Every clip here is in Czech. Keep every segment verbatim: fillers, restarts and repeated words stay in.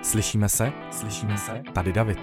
Slyšíme se? Slyšíme se? Tady David.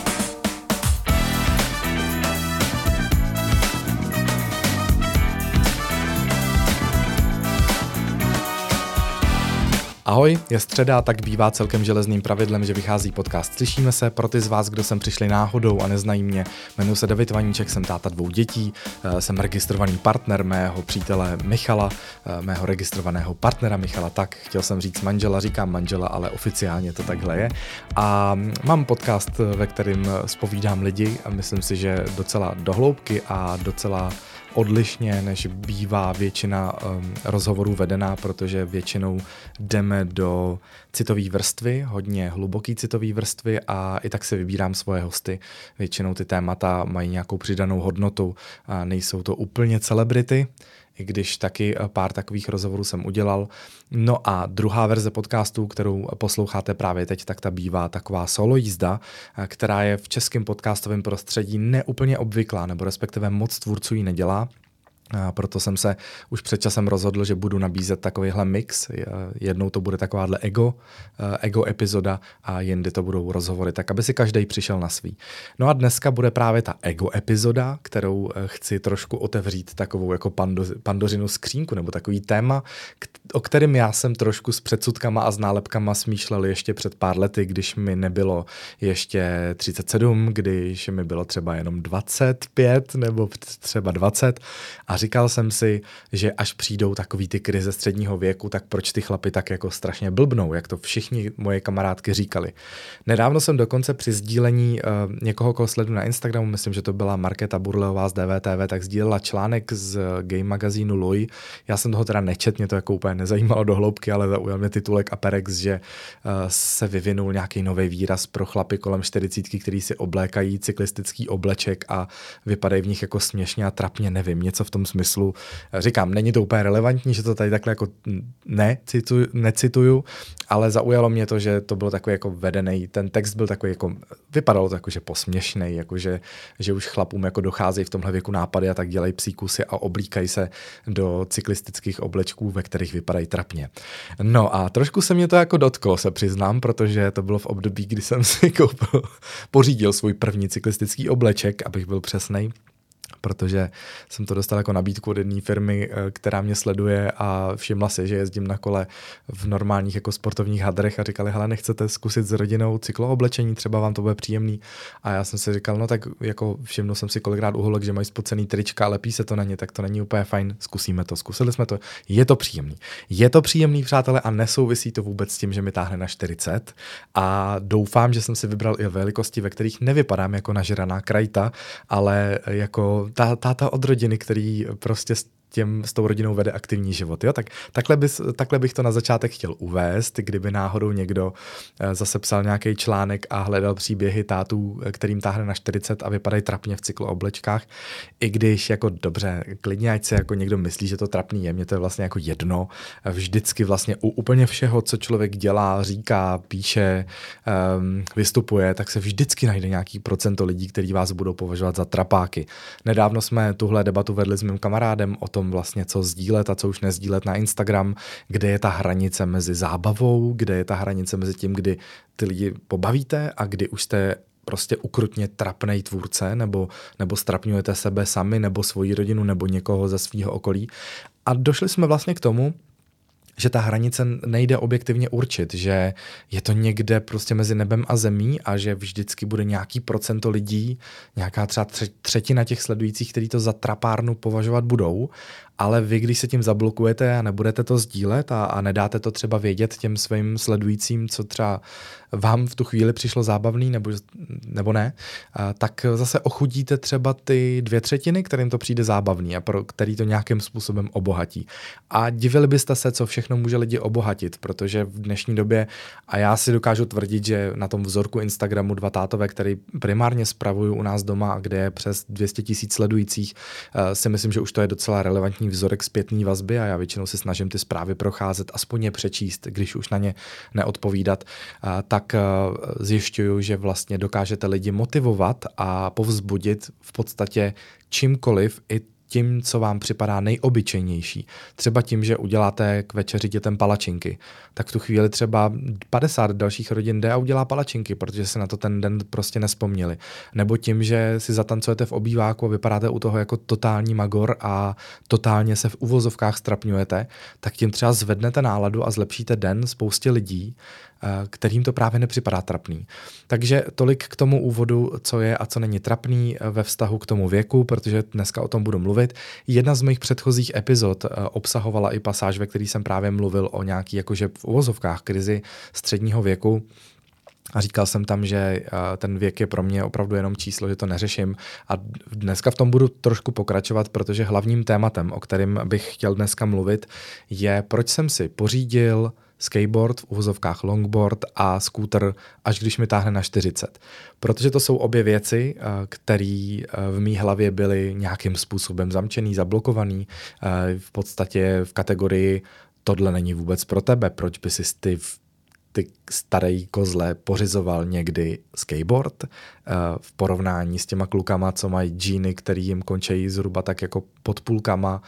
Ahoj, je středa, tak bývá celkem železným pravidlem, že vychází podcast Slyšíme se. Pro ty z vás, kdo sem přišli náhodou a neznají mě, jmenuji se David Vaníček, jsem táta dvou dětí, jsem registrovaný partner mého přítele Michala, mého registrovaného partnera Michala, tak chtěl jsem říct manžela, říkám manžela, ale oficiálně to takhle je. A mám podcast, ve kterém zpovídám lidi a myslím si, že docela dohloubky a docela odlišně, než bývá většina um, rozhovorů vedená, protože většinou jdeme do citové vrstvy, hodně hluboký citové vrstvy a i tak si vybírám svoje hosty. Většinou ty témata mají nějakou přidanou hodnotu a nejsou to úplně celebrity, i když taky pár takových rozhovorů jsem udělal. No a druhá verze podcastu, kterou posloucháte právě teď, tak ta bývá taková solo jízda, která je v českém podcastovém prostředí neúplně obvyklá, nebo respektive moc tvůrců ji nedělá. A proto jsem se už před časem rozhodl, že budu nabízet takovýhle mix. Jednou to bude takováhle ego, ego epizoda a jindy to budou rozhovory, tak aby si každý přišel na svý. No a dneska bude právě ta ego epizoda, kterou chci trošku otevřít takovou jako pando, pandořinu skřínku, nebo takový téma, o kterém já jsem trošku s předsudkama a s nálepkama smýšlel ještě před pár lety, když mi nebylo ještě třicet sedm, když mi bylo třeba jenom dvacet pět nebo třeba dvacet a říkal jsem si, že až přijdou takový ty krize středního věku, tak proč ty chlapi tak jako strašně blbnou, jak to všichni moje kamarádky říkali. Nedávno jsem dokonce při sdílení uh, někoho, koho sledu na Instagramu, myslím, že to byla Markéta Burleová z D V T V, tak sdílela článek z game magazínu Lui. Já jsem toho teda nečet, mě to jako úplně nezajímalo do hloubky, ale zaujal mě titulek Aperex, že uh, se vyvinul nějaký nový výraz pro chlapy kolem čtyřicítky, který si oblékají cyklistický obleček a vypadají v nich jako směšně a trapně, nevím, něco v tom smyslu. Říkám, není to úplně relevantní, že to tady takhle jako necituju, necituju, ale zaujalo mě to, že to bylo takový jako vedený, ten text byl takový jako, vypadalo to jako, že posměšnej, jako že, že už chlapům jako docházejí v tomhle věku nápady a tak dělají psí kusy a oblíkají se do cyklistických oblečků, ve kterých vypadají trapně. No a trošku se mě to jako dotklo, se přiznám, protože to bylo v období, kdy jsem si koupil, pořídil svůj první cyklistický obleček, abych byl přesnej, protože jsem to dostal jako nabídku od jedné firmy, která mě sleduje a všimla si, že jezdím na kole v normálních jako sportovních hadrech a říkali, hele, nechcete zkusit s rodinou cyklooblečení, třeba vám to bude příjemný. A já jsem si říkal, no tak jako všimnul jsem si kolikrát u holek, že mají spocený trička a lepí se to na ně, tak to není úplně fajn, zkusíme to, zkusili jsme to, je to příjemný. Je to příjemný, přátelé, a nesouvisí to vůbec s tím, že mi táhne na čtyřicet a doufám, že jsem si vybral i velikosti, ve kterých nevypadám jako nažraná krajta, ale jako tá, táta od rodiny, který prostě s těm, s tou rodinou vede aktivní život. Jo? Tak, takhle, bys, takhle bych to na začátek chtěl uvést, kdyby náhodou někdo zase psal nějaký článek a hledal příběhy tátů, kterým táhne na čtyřicet a vypadají trapně v cyklooblečkách. I když jako dobře, klidně ať se jako někdo myslí, že to trapný je, mě to je vlastně jako jedno. Vždycky vlastně u úplně všeho, co člověk dělá, říká, píše, um, vystupuje, tak se vždycky najde nějaký procento lidí, kteří vás budou považovat za trapáky. Nedávno jsme tuhle debatu vedli s mým kamarádem o tom vlastně, co sdílet a co už nezdílet na Instagram, kde je ta hranice mezi zábavou, kde je ta hranice mezi tím, kdy ty lidi pobavíte a kdy už jste prostě ukrutně trapnej tvůrce, nebo, nebo strapňujete sebe sami, nebo svoji rodinu, nebo někoho ze svého okolí. A došli jsme vlastně k tomu, že ta hranice nejde objektivně určit, že je to někde prostě mezi nebem a zemí a že vždycky bude nějaký procento lidí, nějaká třeba třetina těch sledujících, kteří to za trapárnu považovat budou, ale vy, když se tím zablokujete a nebudete to sdílet a, a nedáte to třeba vědět těm svým sledujícím, co třeba vám v tu chvíli přišlo zábavný nebo, nebo ne, a, tak zase ochudíte třeba ty dvě třetiny, kterým to přijde zábavný a pro který to nějakým způsobem obohatí. A divili byste se, co všechno může lidi obohatit, protože v dnešní době, a já si dokážu tvrdit, že na tom vzorku Instagramu dva tátové, který primárně spravuju u nás doma a kde je přes dvě stě tisíc sledujících, si myslím, že už to je docela relevantní vzorek zpětný vazby a já většinou si snažím ty zprávy procházet, aspoň je přečíst, když už na ně neodpovídat, tak zjišťuju, že vlastně dokážete lidi motivovat a povzbudit v podstatě čímkoliv, i tím, co vám připadá nejobyčejnější. Třeba tím, že uděláte k večeři dětem palačinky. Tak v tu chvíli třeba padesát dalších rodin jde a udělá palačinky, protože se na to ten den prostě nespomněli. Nebo tím, že si zatancujete v obýváku a vypadáte u toho jako totální magor a totálně se v uvozovkách strapňujete, tak tím třeba zvednete náladu a zlepšíte den spoustě lidí, kterým to právě nepřipadá trapný. Takže tolik k tomu úvodu, co je a co není trapný ve vztahu k tomu věku, protože dneska o tom budu mluvit. Jedna z mých předchozích epizod obsahovala i pasáž, ve který jsem právě mluvil o nějaký jakože v uvozovkách krizi středního věku. A říkal jsem tam, že ten věk je pro mě opravdu jenom číslo, že to neřeším. A dneska v tom budu trošku pokračovat, protože hlavním tématem, o kterém bych chtěl dneska mluvit, je, proč jsem si pořídil skateboard, v uvozovkách longboard a skútr, až když mi táhne na čtyřicet. Protože to jsou obě věci, které v mý hlavě byly nějakým způsobem zamčený, zablokovaný, v podstatě v kategorii tohle není vůbec pro tebe, proč by si ty ty starý kozle pořizoval někdy skateboard v porovnání s těma klukama, co mají džíny, který jim končí zhruba tak jako pod půlkama,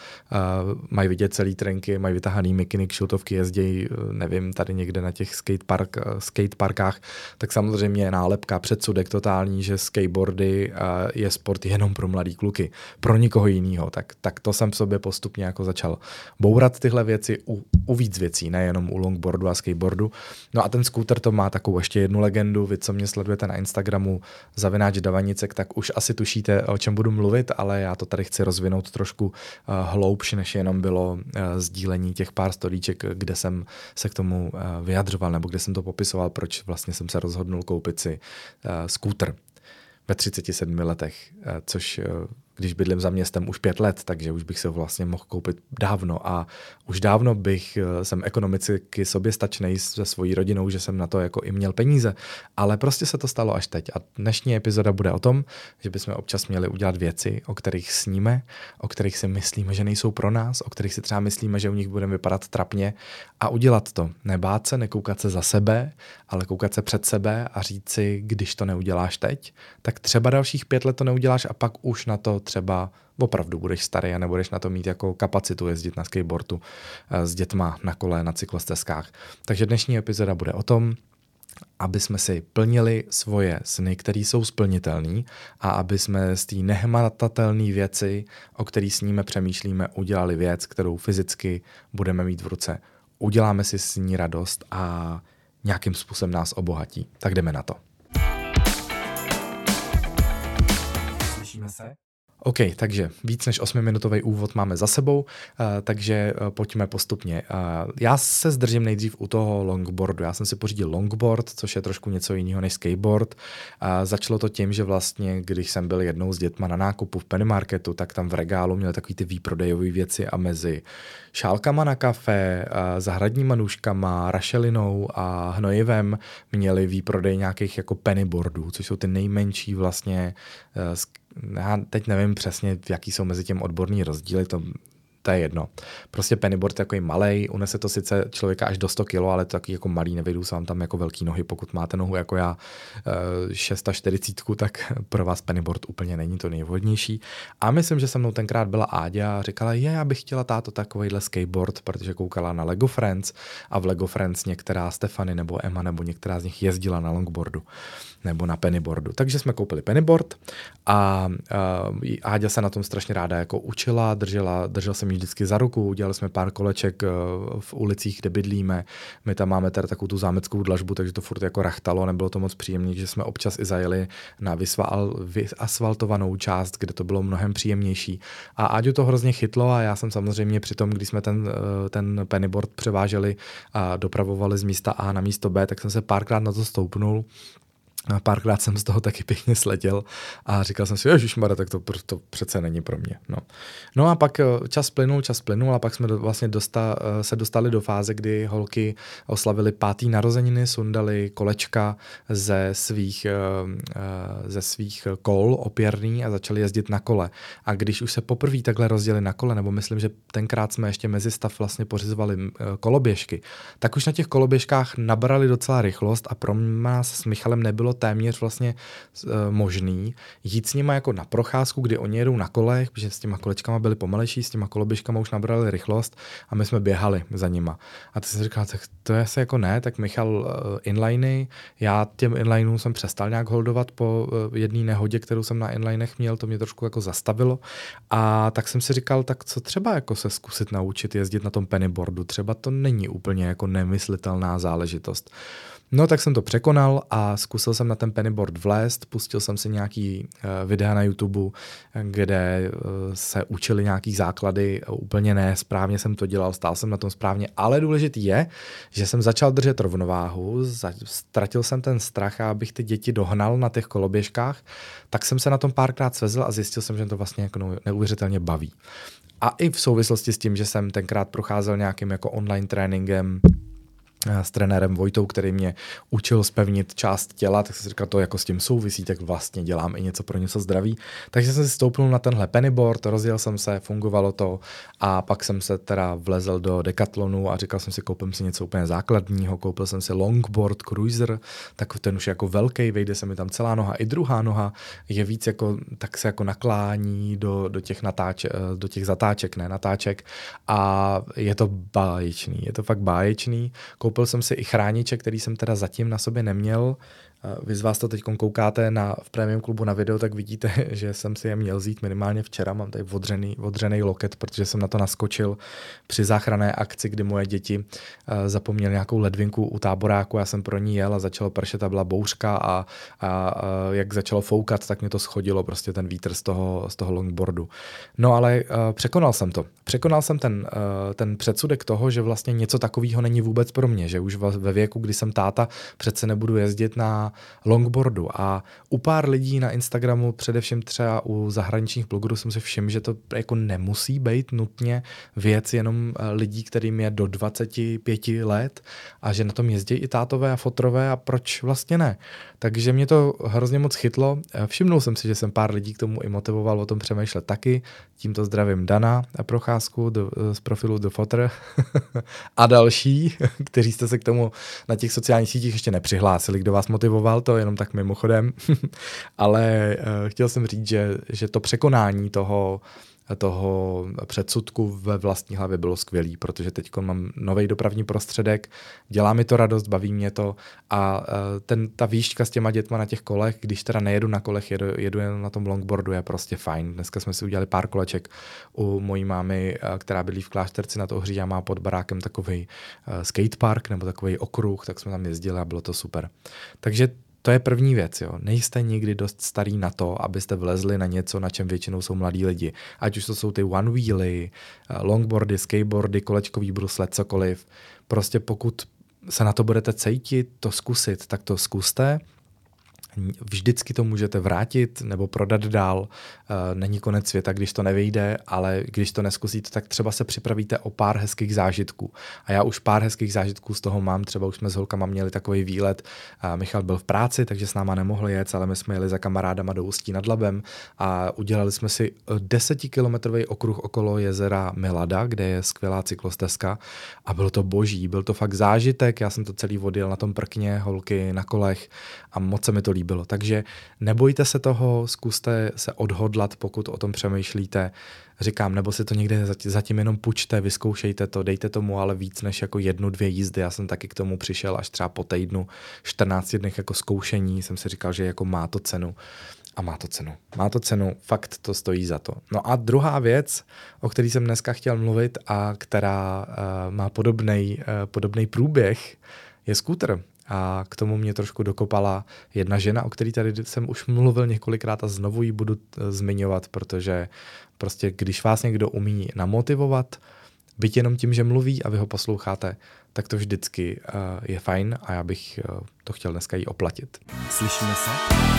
mají vidět celý trenky, mají vytahaný mikiny, kšiltovky, jezdí, nevím, tady někde na těch skatepark, skateparkách, tak samozřejmě nálepka, předsudek totální, že skateboardy je sport jenom pro mladý kluky, pro nikoho jinýho. Tak, tak to jsem v sobě postupně jako začal bourat tyhle věci u, u víc věcí, nejenom u longboardu a skateboardu. No a ten skúter to má takovou ještě jednu legendu. Vy, co mě sledujete na Instagramu zavináč Davanicek, tak už asi tušíte, o čem budu mluvit, ale já to tady chci rozvinout trošku uh, hloubš, než jenom bylo uh, sdílení těch pár storíček, kde jsem se k tomu uh, vyjadřoval, nebo kde jsem to popisoval, proč vlastně jsem se rozhodnul koupit si uh, skúter ve třiceti sedmi letech, uh, což uh, když bydlím za městem už pět let, takže už bych se ho vlastně mohl koupit dávno a už dávno bych jsem ekonomicky soběstačnej se svojí rodinou, že jsem na to jako i měl peníze, ale prostě se to stalo až teď. A dnešní epizoda bude o tom, že bychom občas měli udělat věci, o kterých sníme, o kterých si myslíme, že nejsou pro nás, o kterých si třeba myslíme, že u nich budeme vypadat trapně a udělat to. Nebát se, nekoukat se za sebe, ale koukat se před sebe a říct si, když to neuděláš teď, tak třeba dalších pět let to neuděláš a pak už na to třeba opravdu budeš starý a nebudeš na to mít jako kapacitu jezdit na skateboardu s dětma na kole, na cyklostezkách. Takže dnešní epizoda bude o tom, aby jsme si plnili svoje sny, které jsou splnitelné a aby jsme z té nehmatatelné věci, o které sníme, přemýšlíme, udělali věc, kterou fyzicky budeme mít v ruce. Uděláme si s ní radost a nějakým způsobem nás obohatí. Tak jdeme na to. Slyšíme se? OK, takže víc než osmiminutový úvod máme za sebou, uh, takže uh, pojďme postupně. Uh, já se zdržím nejdřív u toho longboardu. Já jsem si pořídil longboard, což je trošku něco jiného než skateboard. Uh, začalo to tím, že vlastně, když jsem byl jednou s dětma na nákupu v Penny Marketu, tak tam v regálu měli takový ty výprodejové věci a mezi šálkama na kafe, uh, zahradníma nůžkama, rašelinou a hnojivem měli výprodej nějakých jako pennyboardů, což jsou ty nejmenší vlastně uh, já teď nevím přesně, jaký jsou mezi těm odborný rozdíly, to, to je jedno. Prostě pennyboard je takový malej, unese to sice člověka až do sto kilo, ale to taky jako malý, nevyjdou se vám tam jako velký nohy, pokud máte nohu jako já čtyřicet šest, tak pro vás pennyboard úplně není to nejvhodnější. A myslím, že se mnou tenkrát byla Áďa a říkala, je, já bych chtěla táto takovejhle skateboard, protože koukala na Lego Friends a v Lego Friends některá Stefany nebo Emma nebo některá z nich jezdila na longboardu nebo na pennyboardu. Takže jsme koupili pennyboard a uh, Áďa se na tom strašně ráda jako učila, držela, držel jsem ji vždycky za ruku, udělali jsme pár koleček uh, v ulicích, kde bydlíme. My tam máme tady takovou tu zámeckou dlažbu, takže to furt jako rachtalo, nebylo to moc příjemné, že jsme občas i zajeli na vyasfaltovanou část, kde to bylo mnohem příjemnější. A Áďu to hrozně chytlo a já jsem samozřejmě při tom, když jsme ten, uh, ten pennyboard převáželi a dopravovali z místa A na místo B, tak jsem se párkrát na to stoupnul. A párkrát jsem z toho taky pěkně sleděl a říkal jsem si, ježišmarja, tak to, to přece není pro mě. No. no a pak čas plynul, čas plynul a pak jsme do, vlastně dosta, se dostali do fáze, kdy holky oslavili pátý narozeniny, sundali kolečka ze svých, ze svých kol opěrný a začali jezdit na kole. A když už se poprvé takhle rozdělili na kole, nebo myslím, že tenkrát jsme ještě mezi stav vlastně pořizovali koloběžky, tak už na těch koloběžkách nabrali docela rychlost a pro nás s Michalem nebylo bylo téměř vlastně uh, možný jít s nima jako na procházku, kdy oni jedou na kolech, protože s těma kolečkama byli pomalejší, s těma koloběžkama už nabrali rychlost a my jsme běhali za nima. A ty jsem říkal, tak to je asi jako ne, tak Michal uh, inliny, já těm inlineům jsem přestal nějak holdovat po uh, jedné nehodě, kterou jsem na inlinech měl, to mě trošku jako zastavilo. A tak jsem si říkal, tak co třeba jako se zkusit naučit jezdit na tom pennyboardu, třeba to není úplně jako nemyslitelná záležitost. No tak jsem to překonal a zkusil jsem na ten pennyboard vlézt, pustil jsem si nějaký uh, videa na YouTube, kde uh, se učili nějaký základy, úplně ne, správně jsem to dělal, stál jsem na tom správně, ale důležitý je, že jsem začal držet rovnováhu, za, ztratil jsem ten strach a abych ty děti dohnal na těch koloběžkách, tak jsem se na tom párkrát svezl a zjistil jsem, že to vlastně jako neuvěřitelně baví. A i v souvislosti s tím, že jsem tenkrát procházel nějakým jako online tréninkem s trenérem Vojtou, který mě učil zpevnit část těla, tak jsem si říkal, to jako s tím souvisí, tak vlastně dělám i něco pro něco zdraví. Takže jsem si stoupnul na tenhle pennyboard, rozjel jsem se, fungovalo to a pak jsem se teda vlezl do Decathlonu a říkal jsem si, koupím si něco úplně základního, koupil jsem si longboard cruiser, tak ten už je jako velký, vejde se mi tam celá noha i druhá noha, je víc jako, tak se jako naklání do, do těch natáč, do těch zatáček, ne natáček a je to báječný, je to fakt báječný. Koupil jsem si i chrániče, který jsem teda zatím na sobě neměl. Vy z vás to teď koukáte na, v Premium klubu na video, tak vidíte, že jsem si je měl vzít minimálně včera. Mám tady odřený, odřený loket, protože jsem na to naskočil při záchranné akci, kdy moje děti uh, zapomněly nějakou ledvinku u táboráku. Já jsem pro ní jel a začalo pršet a byla bouřka a, a, a jak začalo foukat, tak mě to schodilo prostě ten vítr z toho, z toho longboardu. No ale uh, překonal jsem to. Překonal jsem ten, uh, ten předsudek toho, že vlastně něco takového není vůbec pro mě, že už ve věku, kdy jsem táta, přece nebudu jezdit na longboardu. A u pár lidí na Instagramu, především třeba u zahraničních blogerů, jsem si všiml, že to jako nemusí být nutně věc jenom lidí, kterým je do dvacet pět let a že na tom jezdí i tátové a fotrové a proč vlastně ne. Takže mě to hrozně moc chytlo. Všimnul jsem si, že jsem pár lidí k tomu i motivoval o tom přemýšlet taky. Tímto zdravím Dana a Procházku do, z profilu The Fotr a další, kteří jste se k tomu na těch sociálních sítích ještě nepřihlásili, kdo vás motivoval, to jenom tak mimochodem. Ale uh, chtěl jsem říct, že, že to překonání toho toho předsudku ve vlastní hlavě bylo skvělý, protože teď mám nový dopravní prostředek, dělá mi to radost, baví mě to a ten, ta výška s těma dětma na těch kolech, když teda nejedu na kolech, jedu, jedu jen na tom longboardu, je prostě fajn. Dneska jsme si udělali pár koleček u mojí mámy, která bydlí v Klášterci nad Ohří a má pod barákem takovej skatepark nebo takovej okruh, tak jsme tam jezdili a bylo to super. Takže to je první věc, jo. Nejste nikdy dost starý na to, abyste vlezli na něco, na čem většinou jsou mladí lidi. Ať už to jsou ty one wheely, longboardy, skateboardy, kolečkový brusle, cokoliv. Prostě pokud se na to budete cítit, to zkusit, tak to zkuste. Vždycky to můžete vrátit nebo prodat dál. Není konec světa, když to nevyjde, ale když to neskusíte, tak třeba se připravíte o pár hezkých zážitků. A já už pár hezkých zážitků z toho mám. Třeba už jsme s holkama měli takový výlet. Michal byl v práci, takže s náma nemohl jet, ale my jsme jeli za kamarádama do Ústí nad Labem a udělali jsme si desetikilometrový okruh okolo jezera Milada, kde je skvělá cyklostezka a bylo to boží. Byl to fakt zážitek. Já jsem to celý odjel na tom prkně, holky na kolech a moc se mi to líbilo. Takže nebojte se toho, zkuste se odhodlat, pokud o tom přemýšlíte. Říkám, nebo si to někde zatím jenom půjčte, vyzkoušejte to, dejte tomu ale víc než jako jednu, dvě jízdy. Já jsem taky k tomu přišel až třeba po týdnu, čtrnácti dnech jako zkoušení, jsem si říkal, že jako má to cenu. A má to cenu. Má to cenu, fakt to stojí za to. No a druhá věc, o které jsem dneska chtěl mluvit a která uh, má podobnej, uh, podobnej průběh, je skútr. A k tomu mě trošku dokopala jedna žena, o který tady jsem už mluvil několikrát a znovu ji budu zmiňovat, protože prostě když vás někdo umí namotivovat, byť jenom tím, že mluví a vy ho posloucháte, tak to vždycky uh, je fajn a já bych uh, to chtěl dneska jí oplatit. Slyšíme se?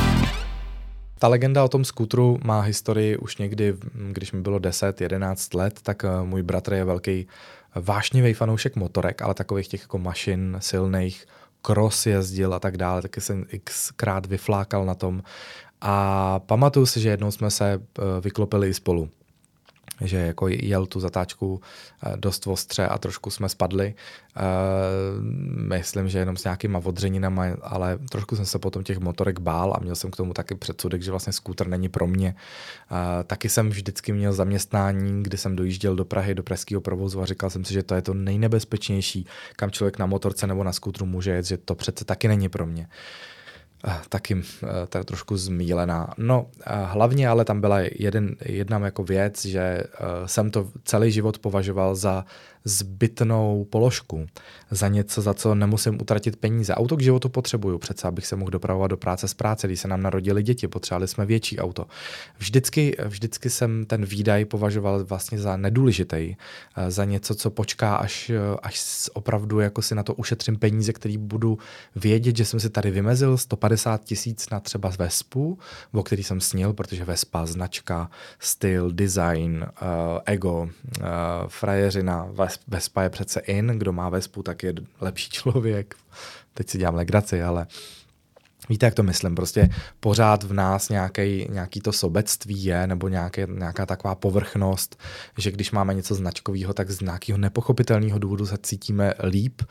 Ta legenda o tom skútru má historii už někdy, když mi bylo deset jedenáct let, tak uh, můj bratr je velký vášnivý fanoušek motorek, ale takových těch jako mašin silných, cross jezdil a tak dále, taky jsem xkrát vyflákal na tom a pamatuju si, že jednou jsme se vyklopili i spolu. že jako jel tu zatáčku dost ostře a trošku jsme spadli. Myslím, že jenom s nějakýma odřeninama, ale trošku jsem se potom těch motorek bál a měl jsem k tomu taky předsudek, že vlastně skútr není pro mě. Taky jsem vždycky měl zaměstnání, kdy jsem dojížděl do Prahy, do pražského provozu a říkal jsem si, že to je to nejnebezpečnější, kam člověk na motorce nebo na skútru může jet, že to přece taky není pro mě. Taky tak trošku zmílená. No hlavně ale tam byla jeden, jedna jako věc, že jsem to celý život považoval za zbytnou položku, za něco, za co nemusím utratit peníze. Auto k životu potřebuju, přece abych se mohl dopravovat do práce z práce, když se nám narodili děti, potřebovali jsme větší auto. Vždycky, vždycky jsem ten výdaj považoval vlastně za nedůležitý, za něco, co počká, až, až opravdu jako si na to ušetřím peníze, který budu vědět, že jsem si tady vymezil sto padesát tisíc na třeba Vespu, o který jsem snil, protože Vespa, značka, styl, design, uh, ego, uh, frajeřina, Vespa je přece in, kdo má Vespu, tak je lepší člověk. Teď si dělám legraci, ale víte, jak to myslím, prostě pořád v nás nějaký, nějaký to sobectví je, nebo nějaké, nějaká taková povrchnost, že když máme něco značkového, tak z nějakého nepochopitelného důvodu se cítíme líp.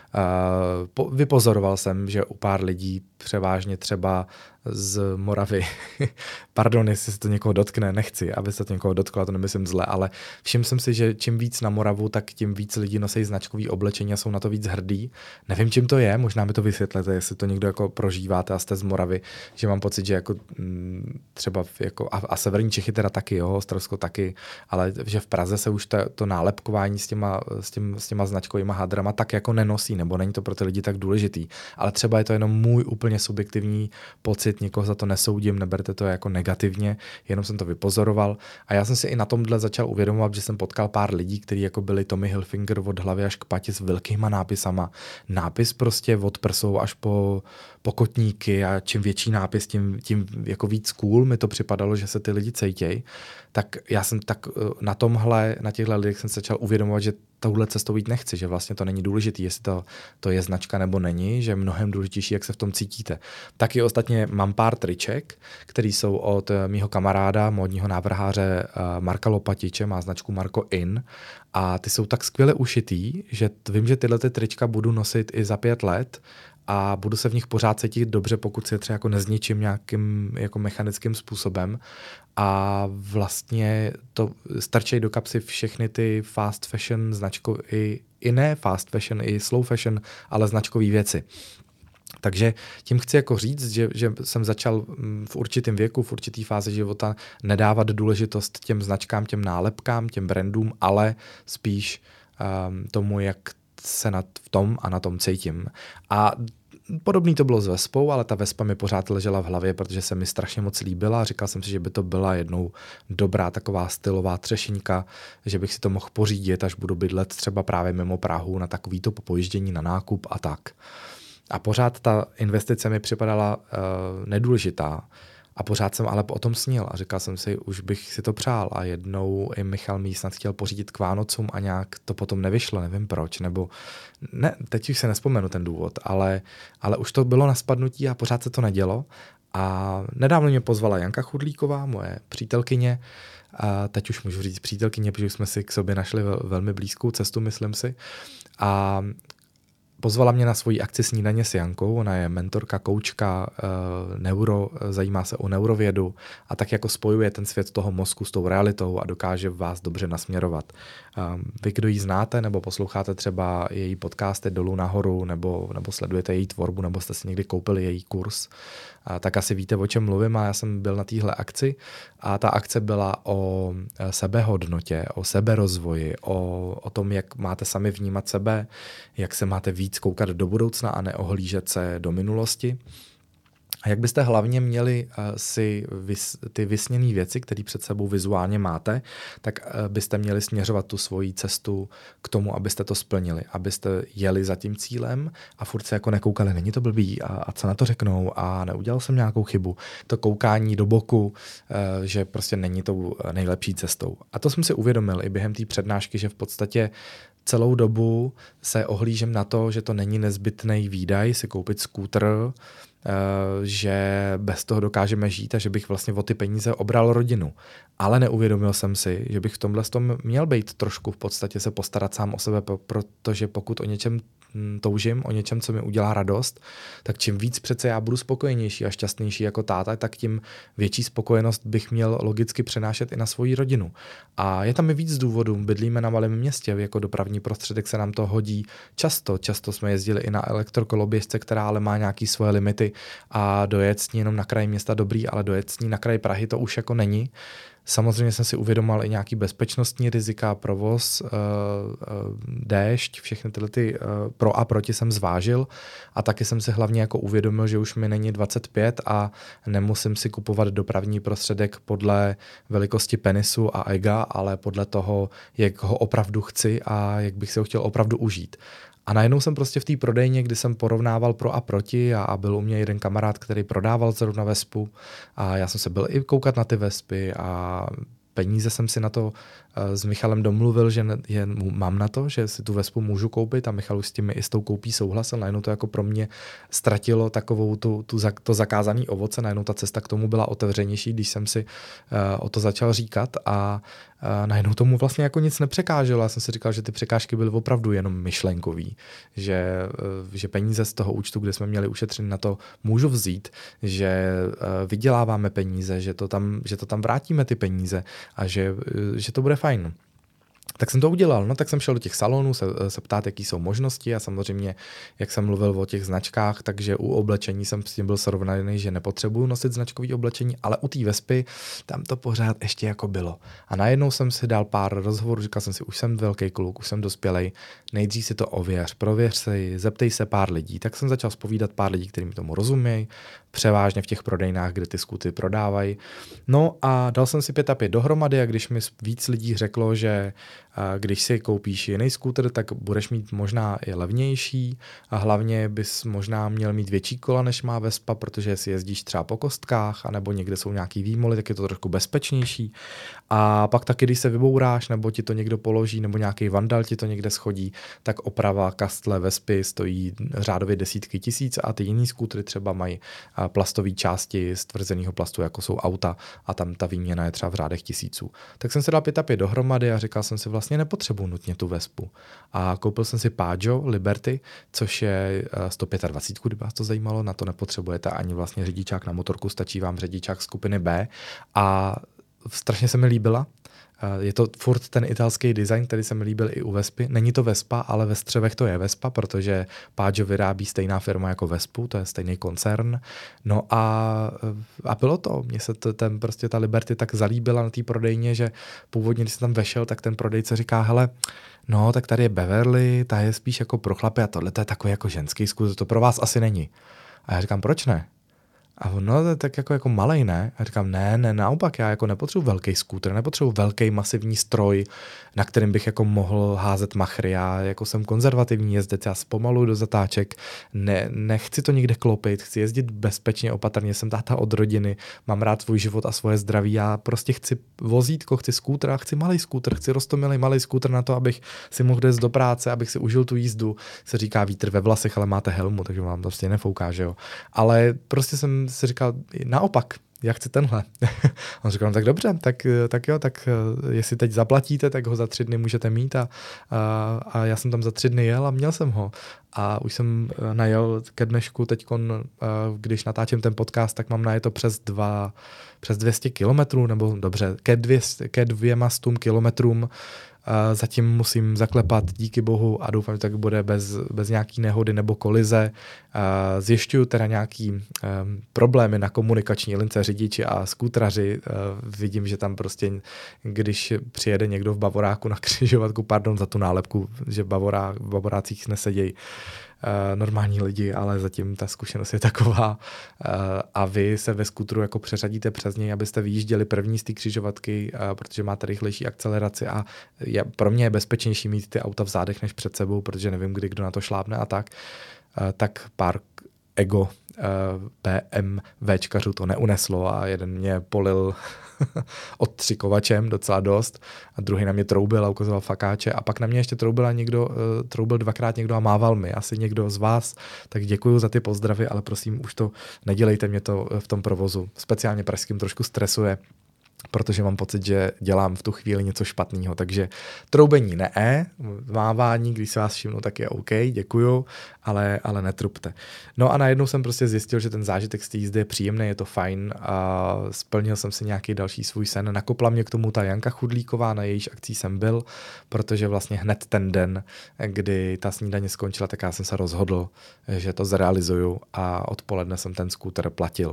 Uh, po, vypozoroval jsem, že u pár lidí, převážně třeba z Moravy, pardon, jestli se to někoho dotkne, nechci, aby se to někoho dotklo, to nemyslím zle, ale všiml jsem si, že čím víc na Moravu, tak tím víc lidí nosí značkový oblečení a jsou na to víc hrdí. Nevím, čím to je, možná mi to vysvětlete, jestli to někdo jako prožíváte a jste z Moravy, že mám pocit, že jako m, třeba jako, a, a severní Čechy teda taky, jo, Ostravsko taky, ale že v Praze se už ta, to nálepkování s těma, s, tím, s těma značkovýma hadrama tak jako nenosí, nebo není to pro ty lidi tak důležitý. Ale třeba je to jenom můj úplně subjektivní pocit, nikoho za to nesoudím, neberte to jako negativně, jenom jsem to vypozoroval. A já jsem si i na tomhle začal uvědomovat, že jsem potkal pár lidí, kteří jako byli Tommy Hilfiger od hlavy až k pati s velkýma nápisama. Nápis prostě od prsou až po, po kotníky a čím větší nápis, tím, tím jako víc cool mi to připadalo, že se ty lidi cejtěj. Tak já jsem tak na tomhle, na těchto lidech jsem se začal uvědomovat, že touhle cestou jít nechci, že vlastně to není důležité, jestli to, to je značka nebo není, že je mnohem důležitější, jak se v tom cítíte. Taky ostatně mám pár triček, které jsou od mýho kamaráda, módního návrháře Marka Lopatiče, má značku Marko In a ty jsou tak skvěle ušitý, že vím, že tyhle ty trička budu nosit i za pět let a budu se v nich pořád cítit dobře, pokud si je třeba jako nezničím nějakým jako mechanickým způsobem. A vlastně to strčej do kapsy všechny ty fast fashion značko, i, i ne fast fashion, i slow fashion, ale značkové věci. Takže tím chci jako říct, že, že jsem začal v určitém věku, v určitý fázi života nedávat důležitost těm značkám, těm nálepkám, těm brandům, ale spíš um, tomu, jak se na, v tom a na tom cítím. A podobný to bylo s Vespou, ale ta Vespa mi pořád ležela v hlavě, protože se mi strašně moc líbila a říkal jsem si, že by to byla jednou dobrá taková stylová třešinka, že bych si to mohl pořídit, až budu bydlet třeba právě mimo Prahu na takovýto popojíždění na nákup a tak. A pořád ta investice mi připadala uh, nedůležitá. A pořád jsem ale o tom snil a říkal jsem si, už bych si to přál a jednou i Michal mi snad chtěl pořídit k Vánocům a nějak to potom nevyšlo, nevím proč, nebo ne, teď už se nespomenu ten důvod, ale, ale už to bylo na spadnutí a pořád se to nedělo a nedávno mě pozvala Janka Chudlíková, moje přítelkyně, a teď už můžu říct přítelkyně, protože jsme si k sobě našli velmi blízkou cestu, myslím si, a pozvala mě na svoji akci Snídaně s Jankou, ona je mentorka, koučka, uh, neuro, zajímá se o neurovědu a tak jako spojuje ten svět toho mozku s tou realitou a dokáže vás dobře nasměrovat. Um, vy, kdo ji znáte nebo posloucháte třeba její podcasty Dolů nahoru nebo, nebo sledujete její tvorbu nebo jste si někdy koupili její kurz, uh, tak asi víte, o čem mluvím a já jsem byl na téhle akci a ta akce byla o sebehodnotě, o seberozvoji, o, o tom, jak máte sami vnímat sebe, jak se máte víc koukat do budoucna a neohlížet se do minulosti. A jak byste hlavně měli uh, si vys, ty vysněné věci, které před sebou vizuálně máte, tak uh, byste měli směřovat tu svoji cestu k tomu, abyste to splnili, abyste jeli za tím cílem a furt se jako nekoukali, není to blbý a, a co na to řeknou a neudělal jsem nějakou chybu. To koukání do boku, uh, že prostě není tou nejlepší cestou. A to jsem si uvědomil i během té přednášky, že v podstatě celou dobu se ohlížím na to, že to není nezbytný výdaj si koupit skútr, že bez toho dokážeme žít a že bych vlastně o ty peníze obral rodinu. Ale neuvědomil jsem si, že bych v tomhle tom měl být trošku v podstatě se postarat sám o sebe, protože pokud o něčem toužím, o něčem, co mi udělá radost, tak čím víc přece já budu spokojenější a šťastnější jako táta, tak tím větší spokojenost bych měl logicky přenášet i na svoji rodinu. A je tam i víc důvodů. Bydlíme na malém městě, jako dopravní prostředek se nám to hodí často. Často jsme jezdili i na elektrokoloběžce, která ale má nějaké svoje limity a dojet s ní jenom na kraji města dobrý, ale dojet s ní na kraji Prahy to už jako není. Samozřejmě jsem si uvědomoval i nějaký bezpečnostní rizika, provoz, déšť, všechny tyhle ty pro a proti jsem zvážil a taky jsem si hlavně jako uvědomil, že už mi není dvacet pět a nemusím si kupovat dopravní prostředek podle velikosti penisu a ega, ale podle toho, jak ho opravdu chci a jak bych si ho chtěl opravdu užít. A najednou jsem prostě v té prodejně, kdy jsem porovnával pro a proti a, a byl u mě jeden kamarád, který prodával zrovna Vespu a já jsem se byl i koukat na ty Vespy a peníze jsem si na to uh, s Michalem domluvil, že ne, je, mám na to, že si tu Vespu můžu koupit a Michal už s tím i s tou koupí souhlasil. Najednou to jako pro mě ztratilo takovou tu, tu, to zakázané ovoce, najednou ta cesta k tomu byla otevřenější, když jsem si uh, o to začal říkat a uh, najednou tomu vlastně jako nic nepřekáželo. Já jsem si říkal, že ty překážky byly opravdu jenom myšlenkový, že, uh, že peníze z toho účtu, kde jsme měli ušetřený na to, můžu vzít, že uh, vyděláváme peníze, že to tam, že to tam vrátíme ty peníze a že, že to bude fajn. Tak jsem to udělal, no tak jsem šel do těch salonů se, se ptát, jaký jsou možnosti a samozřejmě, jak jsem mluvil o těch značkách, takže u oblečení jsem s tím byl srovnaný, že nepotřebuju nosit značkový oblečení, ale u té Vespy tam to pořád ještě jako bylo. A najednou jsem si dal pár rozhovorů, říkal jsem si, už jsem velký kluk, už jsem dospělej, nejdřív si to ověř, prověř si, zeptej se pár lidí. Tak jsem začal zpovídat pár lidí, kteří mi tomu rozumějí, převážně v těch prodejnách, kde ty skúty prodávají. No a dal jsem si pět a pět dohromady a když mi víc lidí řeklo, že když si koupíš jiný skútr, tak budeš mít možná i levnější a hlavně bys možná měl mít větší kola, než má Vespa, protože si jezdíš třeba po kostkách anebo někde jsou nějaký výmoly, tak je to trošku bezpečnější. A pak taky, když se vybouráš nebo ti to někdo položí nebo nějaký vandal ti to někde schodí, tak oprava kastle Vespy stojí řádově desítky tisíc a ty jiný skútry třeba mají plastové části z tvrzeného plastu, jako jsou auta a tam ta výměna je třeba v řádech tisíců. Tak jsem si dal pět a pět dohromady a říkal jsem si vlastně nepotřebuji nutně tu Vespu. A koupil jsem si Piaggio Liberty, což je sto dvacet pět, kdyby vás to zajímalo, na to nepotřebujete ani vlastně řidičák na motorku, stačí vám řidičák skupiny B a strašně se mi líbila. Je to furt ten italský design, který se mi líbil i u Vespy. Není to Vespa, ale ve střevech to je Vespa, protože Piaggio vyrábí stejná firma jako Vespu, to je stejný koncern. No a, a bylo to. Mně se to, ten, prostě ta Liberty tak zalíbila na té prodejně, že původně, když jsem tam vešel, tak ten prodejce říká, hele, no tak tady je Beverly, ta je spíš jako pro chlapy a tohle to je takový jako ženský skútr, to pro vás asi není. A já říkám, proč ne? A on, no to je tak jako, jako malej, ne? A říkám, ne, ne, naopak, já jako nepotřebuji velký skútr, nepotřebuji velký masivní stroj, na kterým bych jako mohl házet machry. Já jako jsem konzervativní jezdec, já zpomaluju do zatáček, ne, nechci to nikde klopit, chci jezdit bezpečně, opatrně, jsem táta od rodiny, mám rád svůj život a svoje zdraví, já prostě chci vozítko, chci skútr a chci malý skútr, chci roztomilý malý skútr na to, abych si mohl jít do práce, abych si užil tu jízdu. Se říká vítr ve vlasech, ale máte helmu, takže vám to prostě nefouká, že jo. Ale prostě jsem si říkal, naopak, já chci tenhle. On říkal, no tak dobře, tak, tak jo, tak jestli teď zaplatíte, tak ho za tři dny můžete mít a, a, a já jsem tam za tři dny jel a měl jsem ho. A už jsem najel ke dnešku teďkon, když natáčím ten podcast, tak mám najeto přes dva, přes dvě stě kilometrů, nebo dobře, ke, dvě, ke dvěma stům kilometrům. Zatím musím zaklepat, díky bohu, a doufám, že tak bude bez, bez nějaký nehody nebo kolize. Zjišťuju teda nějaký um, problémy na komunikační lince řidiči a skútraři. Uh, vidím, že tam prostě, když přijede někdo v bavoráku na křižovatku, pardon za tu nálepku, že v, bavorá, v bavorácích nesedějí Uh, normální lidi, ale zatím ta zkušenost je taková uh, a vy se ve skútru jako přeřadíte přes něj, abyste vyjížděli první z té křižovatky, uh, protože máte rychlejší akceleraci a je, pro mě je bezpečnější mít ty auta v zádech než před sebou, protože nevím, kdy kdo na to šlápne a tak. Uh, tak pár ego PMVčkařů to neuneslo a jeden mě polil odstřikovačem docela dost a druhý na mě troubil a ukazoval fakáče a pak na mě ještě troubil, někdo, troubil dvakrát někdo a mával mi. Asi někdo z vás, tak děkuju za ty pozdravy, ale prosím, už to nedělejte mě to v tom provozu. Speciálně pražským trošku stresuje, protože mám pocit, že dělám v tu chvíli něco špatného. Takže troubení ne, mávání, když se vás všimnu, tak je OK, děkuju, ale, ale netrubte. No a najednou jsem prostě zjistil, že ten zážitek z té jízdy je příjemný, je to fajn a splnil jsem si nějaký další svůj sen. Nakopla mě k tomu ta Janka Chudlíková, na jejíž akcí jsem byl, protože vlastně hned ten den, kdy ta snídaně skončila, tak já jsem se rozhodl, že to zrealizuju a odpoledne jsem ten skúter platil.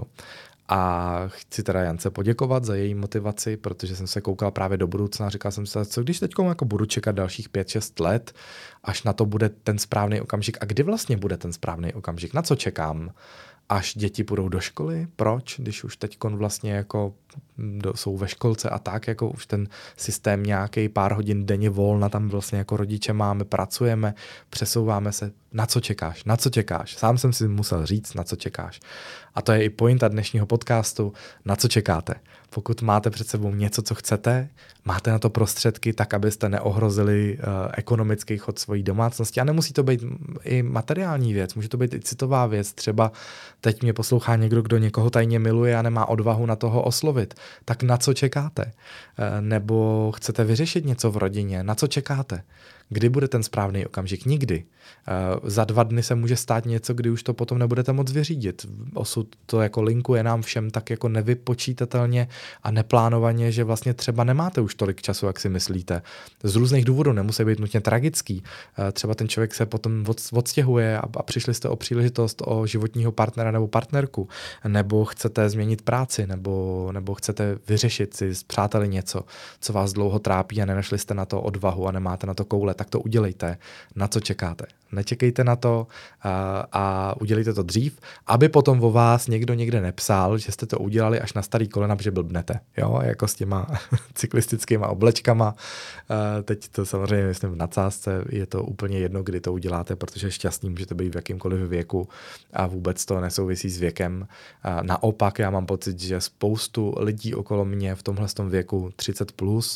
A chci teda Jance poděkovat za její motivaci, protože jsem se koukal právě do budoucna a říkal jsem si, co když teď jako budu čekat dalších pět šest let, až na to bude ten správný okamžik. A kdy vlastně bude ten správný okamžik? Na co čekám? Až děti půjdou do školy? Proč? Když už teďkon vlastně jako do, jsou ve školce a tak, jako už ten systém nějaký pár hodin denně volna tam vlastně jako rodiče máme, pracujeme, přesouváme se. Na co čekáš? Na co čekáš? Sám jsem si musel říct, na co čekáš. A to je i pointa dnešního podcastu. Na co čekáte? Pokud máte před sebou něco, co chcete, máte na to prostředky tak, abyste neohrozili uh, ekonomický chod svojí domácnosti. A nemusí to být i materiální věc, může to být i citová věc. Třeba teď mě poslouchá někdo, kdo někoho tajně miluje a nemá odvahu na toho oslovit. Tak na co čekáte? Uh, nebo chcete vyřešit něco v rodině? Na co čekáte? Kdy bude ten správný okamžik? Nikdy. Uh, za dva dny se může stát něco, kdy už to potom nebudete moc vyřídit. Osud to jako linkuje nám všem tak jako nevypočítatelně a neplánovaně, že vlastně třeba nemáte už tolik času, jak si myslíte. Z různých důvodů, nemusí být nutně tragický. Uh, třeba ten člověk se potom od, odstěhuje a, a přišli jste o příležitost o životního partnera nebo partnerku, nebo chcete změnit práci, nebo, nebo chcete vyřešit si s přáteli něco, co vás dlouho trápí a nenašli jste na to odvahu a nemáte na to koule, tak to udělejte. Na co čekáte? Nečekejte na to a, a udělejte to dřív, aby potom o vás někdo někde nepsal, že jste to udělali až na starý kolena, protože blbnete. Jo, jako s těma cyklistickýma oblečkama. A teď to samozřejmě myslím v nadsázce je to úplně jedno, kdy to uděláte, protože šťastný můžete být v jakýmkoliv věku a vůbec to nesouvisí s věkem. A naopak já mám pocit, že spoustu lidí okolo mě v tomhle věku třicet plus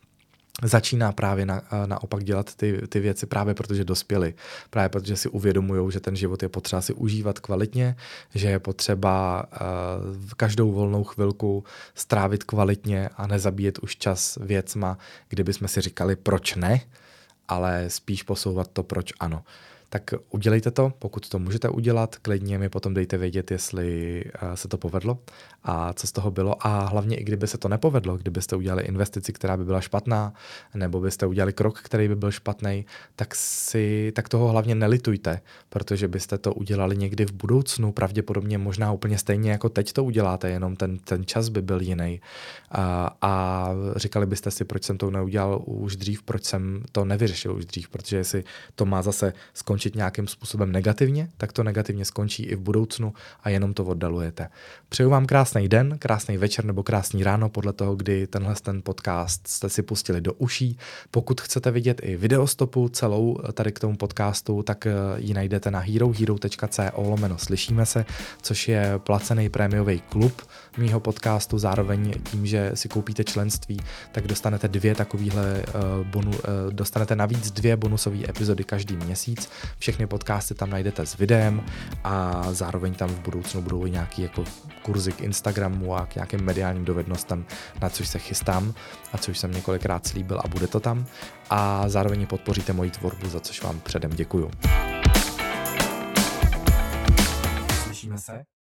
začíná právě na, naopak dělat ty, ty věci právě protože dospěli. Právě protože si uvědomují, že ten život je potřeba si užívat kvalitně, že je potřeba uh, každou volnou chvilku strávit kvalitně a nezabíjet už čas věcma, kdyby jsme si říkali proč ne, ale spíš posouvat to proč ano. Tak udělejte to, pokud to můžete udělat, klidně mi potom dejte vědět, jestli se to povedlo a co z toho bylo a hlavně i kdyby se to nepovedlo, kdybyste udělali investici, která by byla špatná, nebo byste udělali krok, který by byl špatný, tak si tak toho hlavně nelitujte, protože byste to udělali někdy v budoucnu, pravděpodobně možná úplně stejně jako teď to uděláte, jenom ten, ten čas by byl jiný. A, a říkali byste si, proč jsem to neudělal už dřív, proč jsem to nevyřešil už dřív, protože jestli to má zase skončit nějakým způsobem negativně, tak to negativně skončí i v budoucnu a jenom to oddalujete. Přeju vám krásný den, krásný večer nebo krásný ráno podle toho, kdy tenhle ten podcast jste si pustili do uší. Pokud chcete vidět i videostopu celou tady k tomu podcastu, tak ji najdete na herohero tečka co lomeno slyšíme se, což je placený prémiový klub mýho podcastu. Zároveň tím, že si koupíte členství, tak dostanete dvě takovýhle uh, bonu, uh, dostanete navíc dvě bonusové epizody každý měsíc. Všechny podcasty tam najdete s videem a zároveň tam v budoucnu budou i nějaký jako kurzy k Instagramu a k nějakým mediálním dovednostem, na což se chystám a což jsem několikrát slíbil a bude to tam. A zároveň podpoříte moji tvorbu, za což vám předem děkuju. Slyšíme se?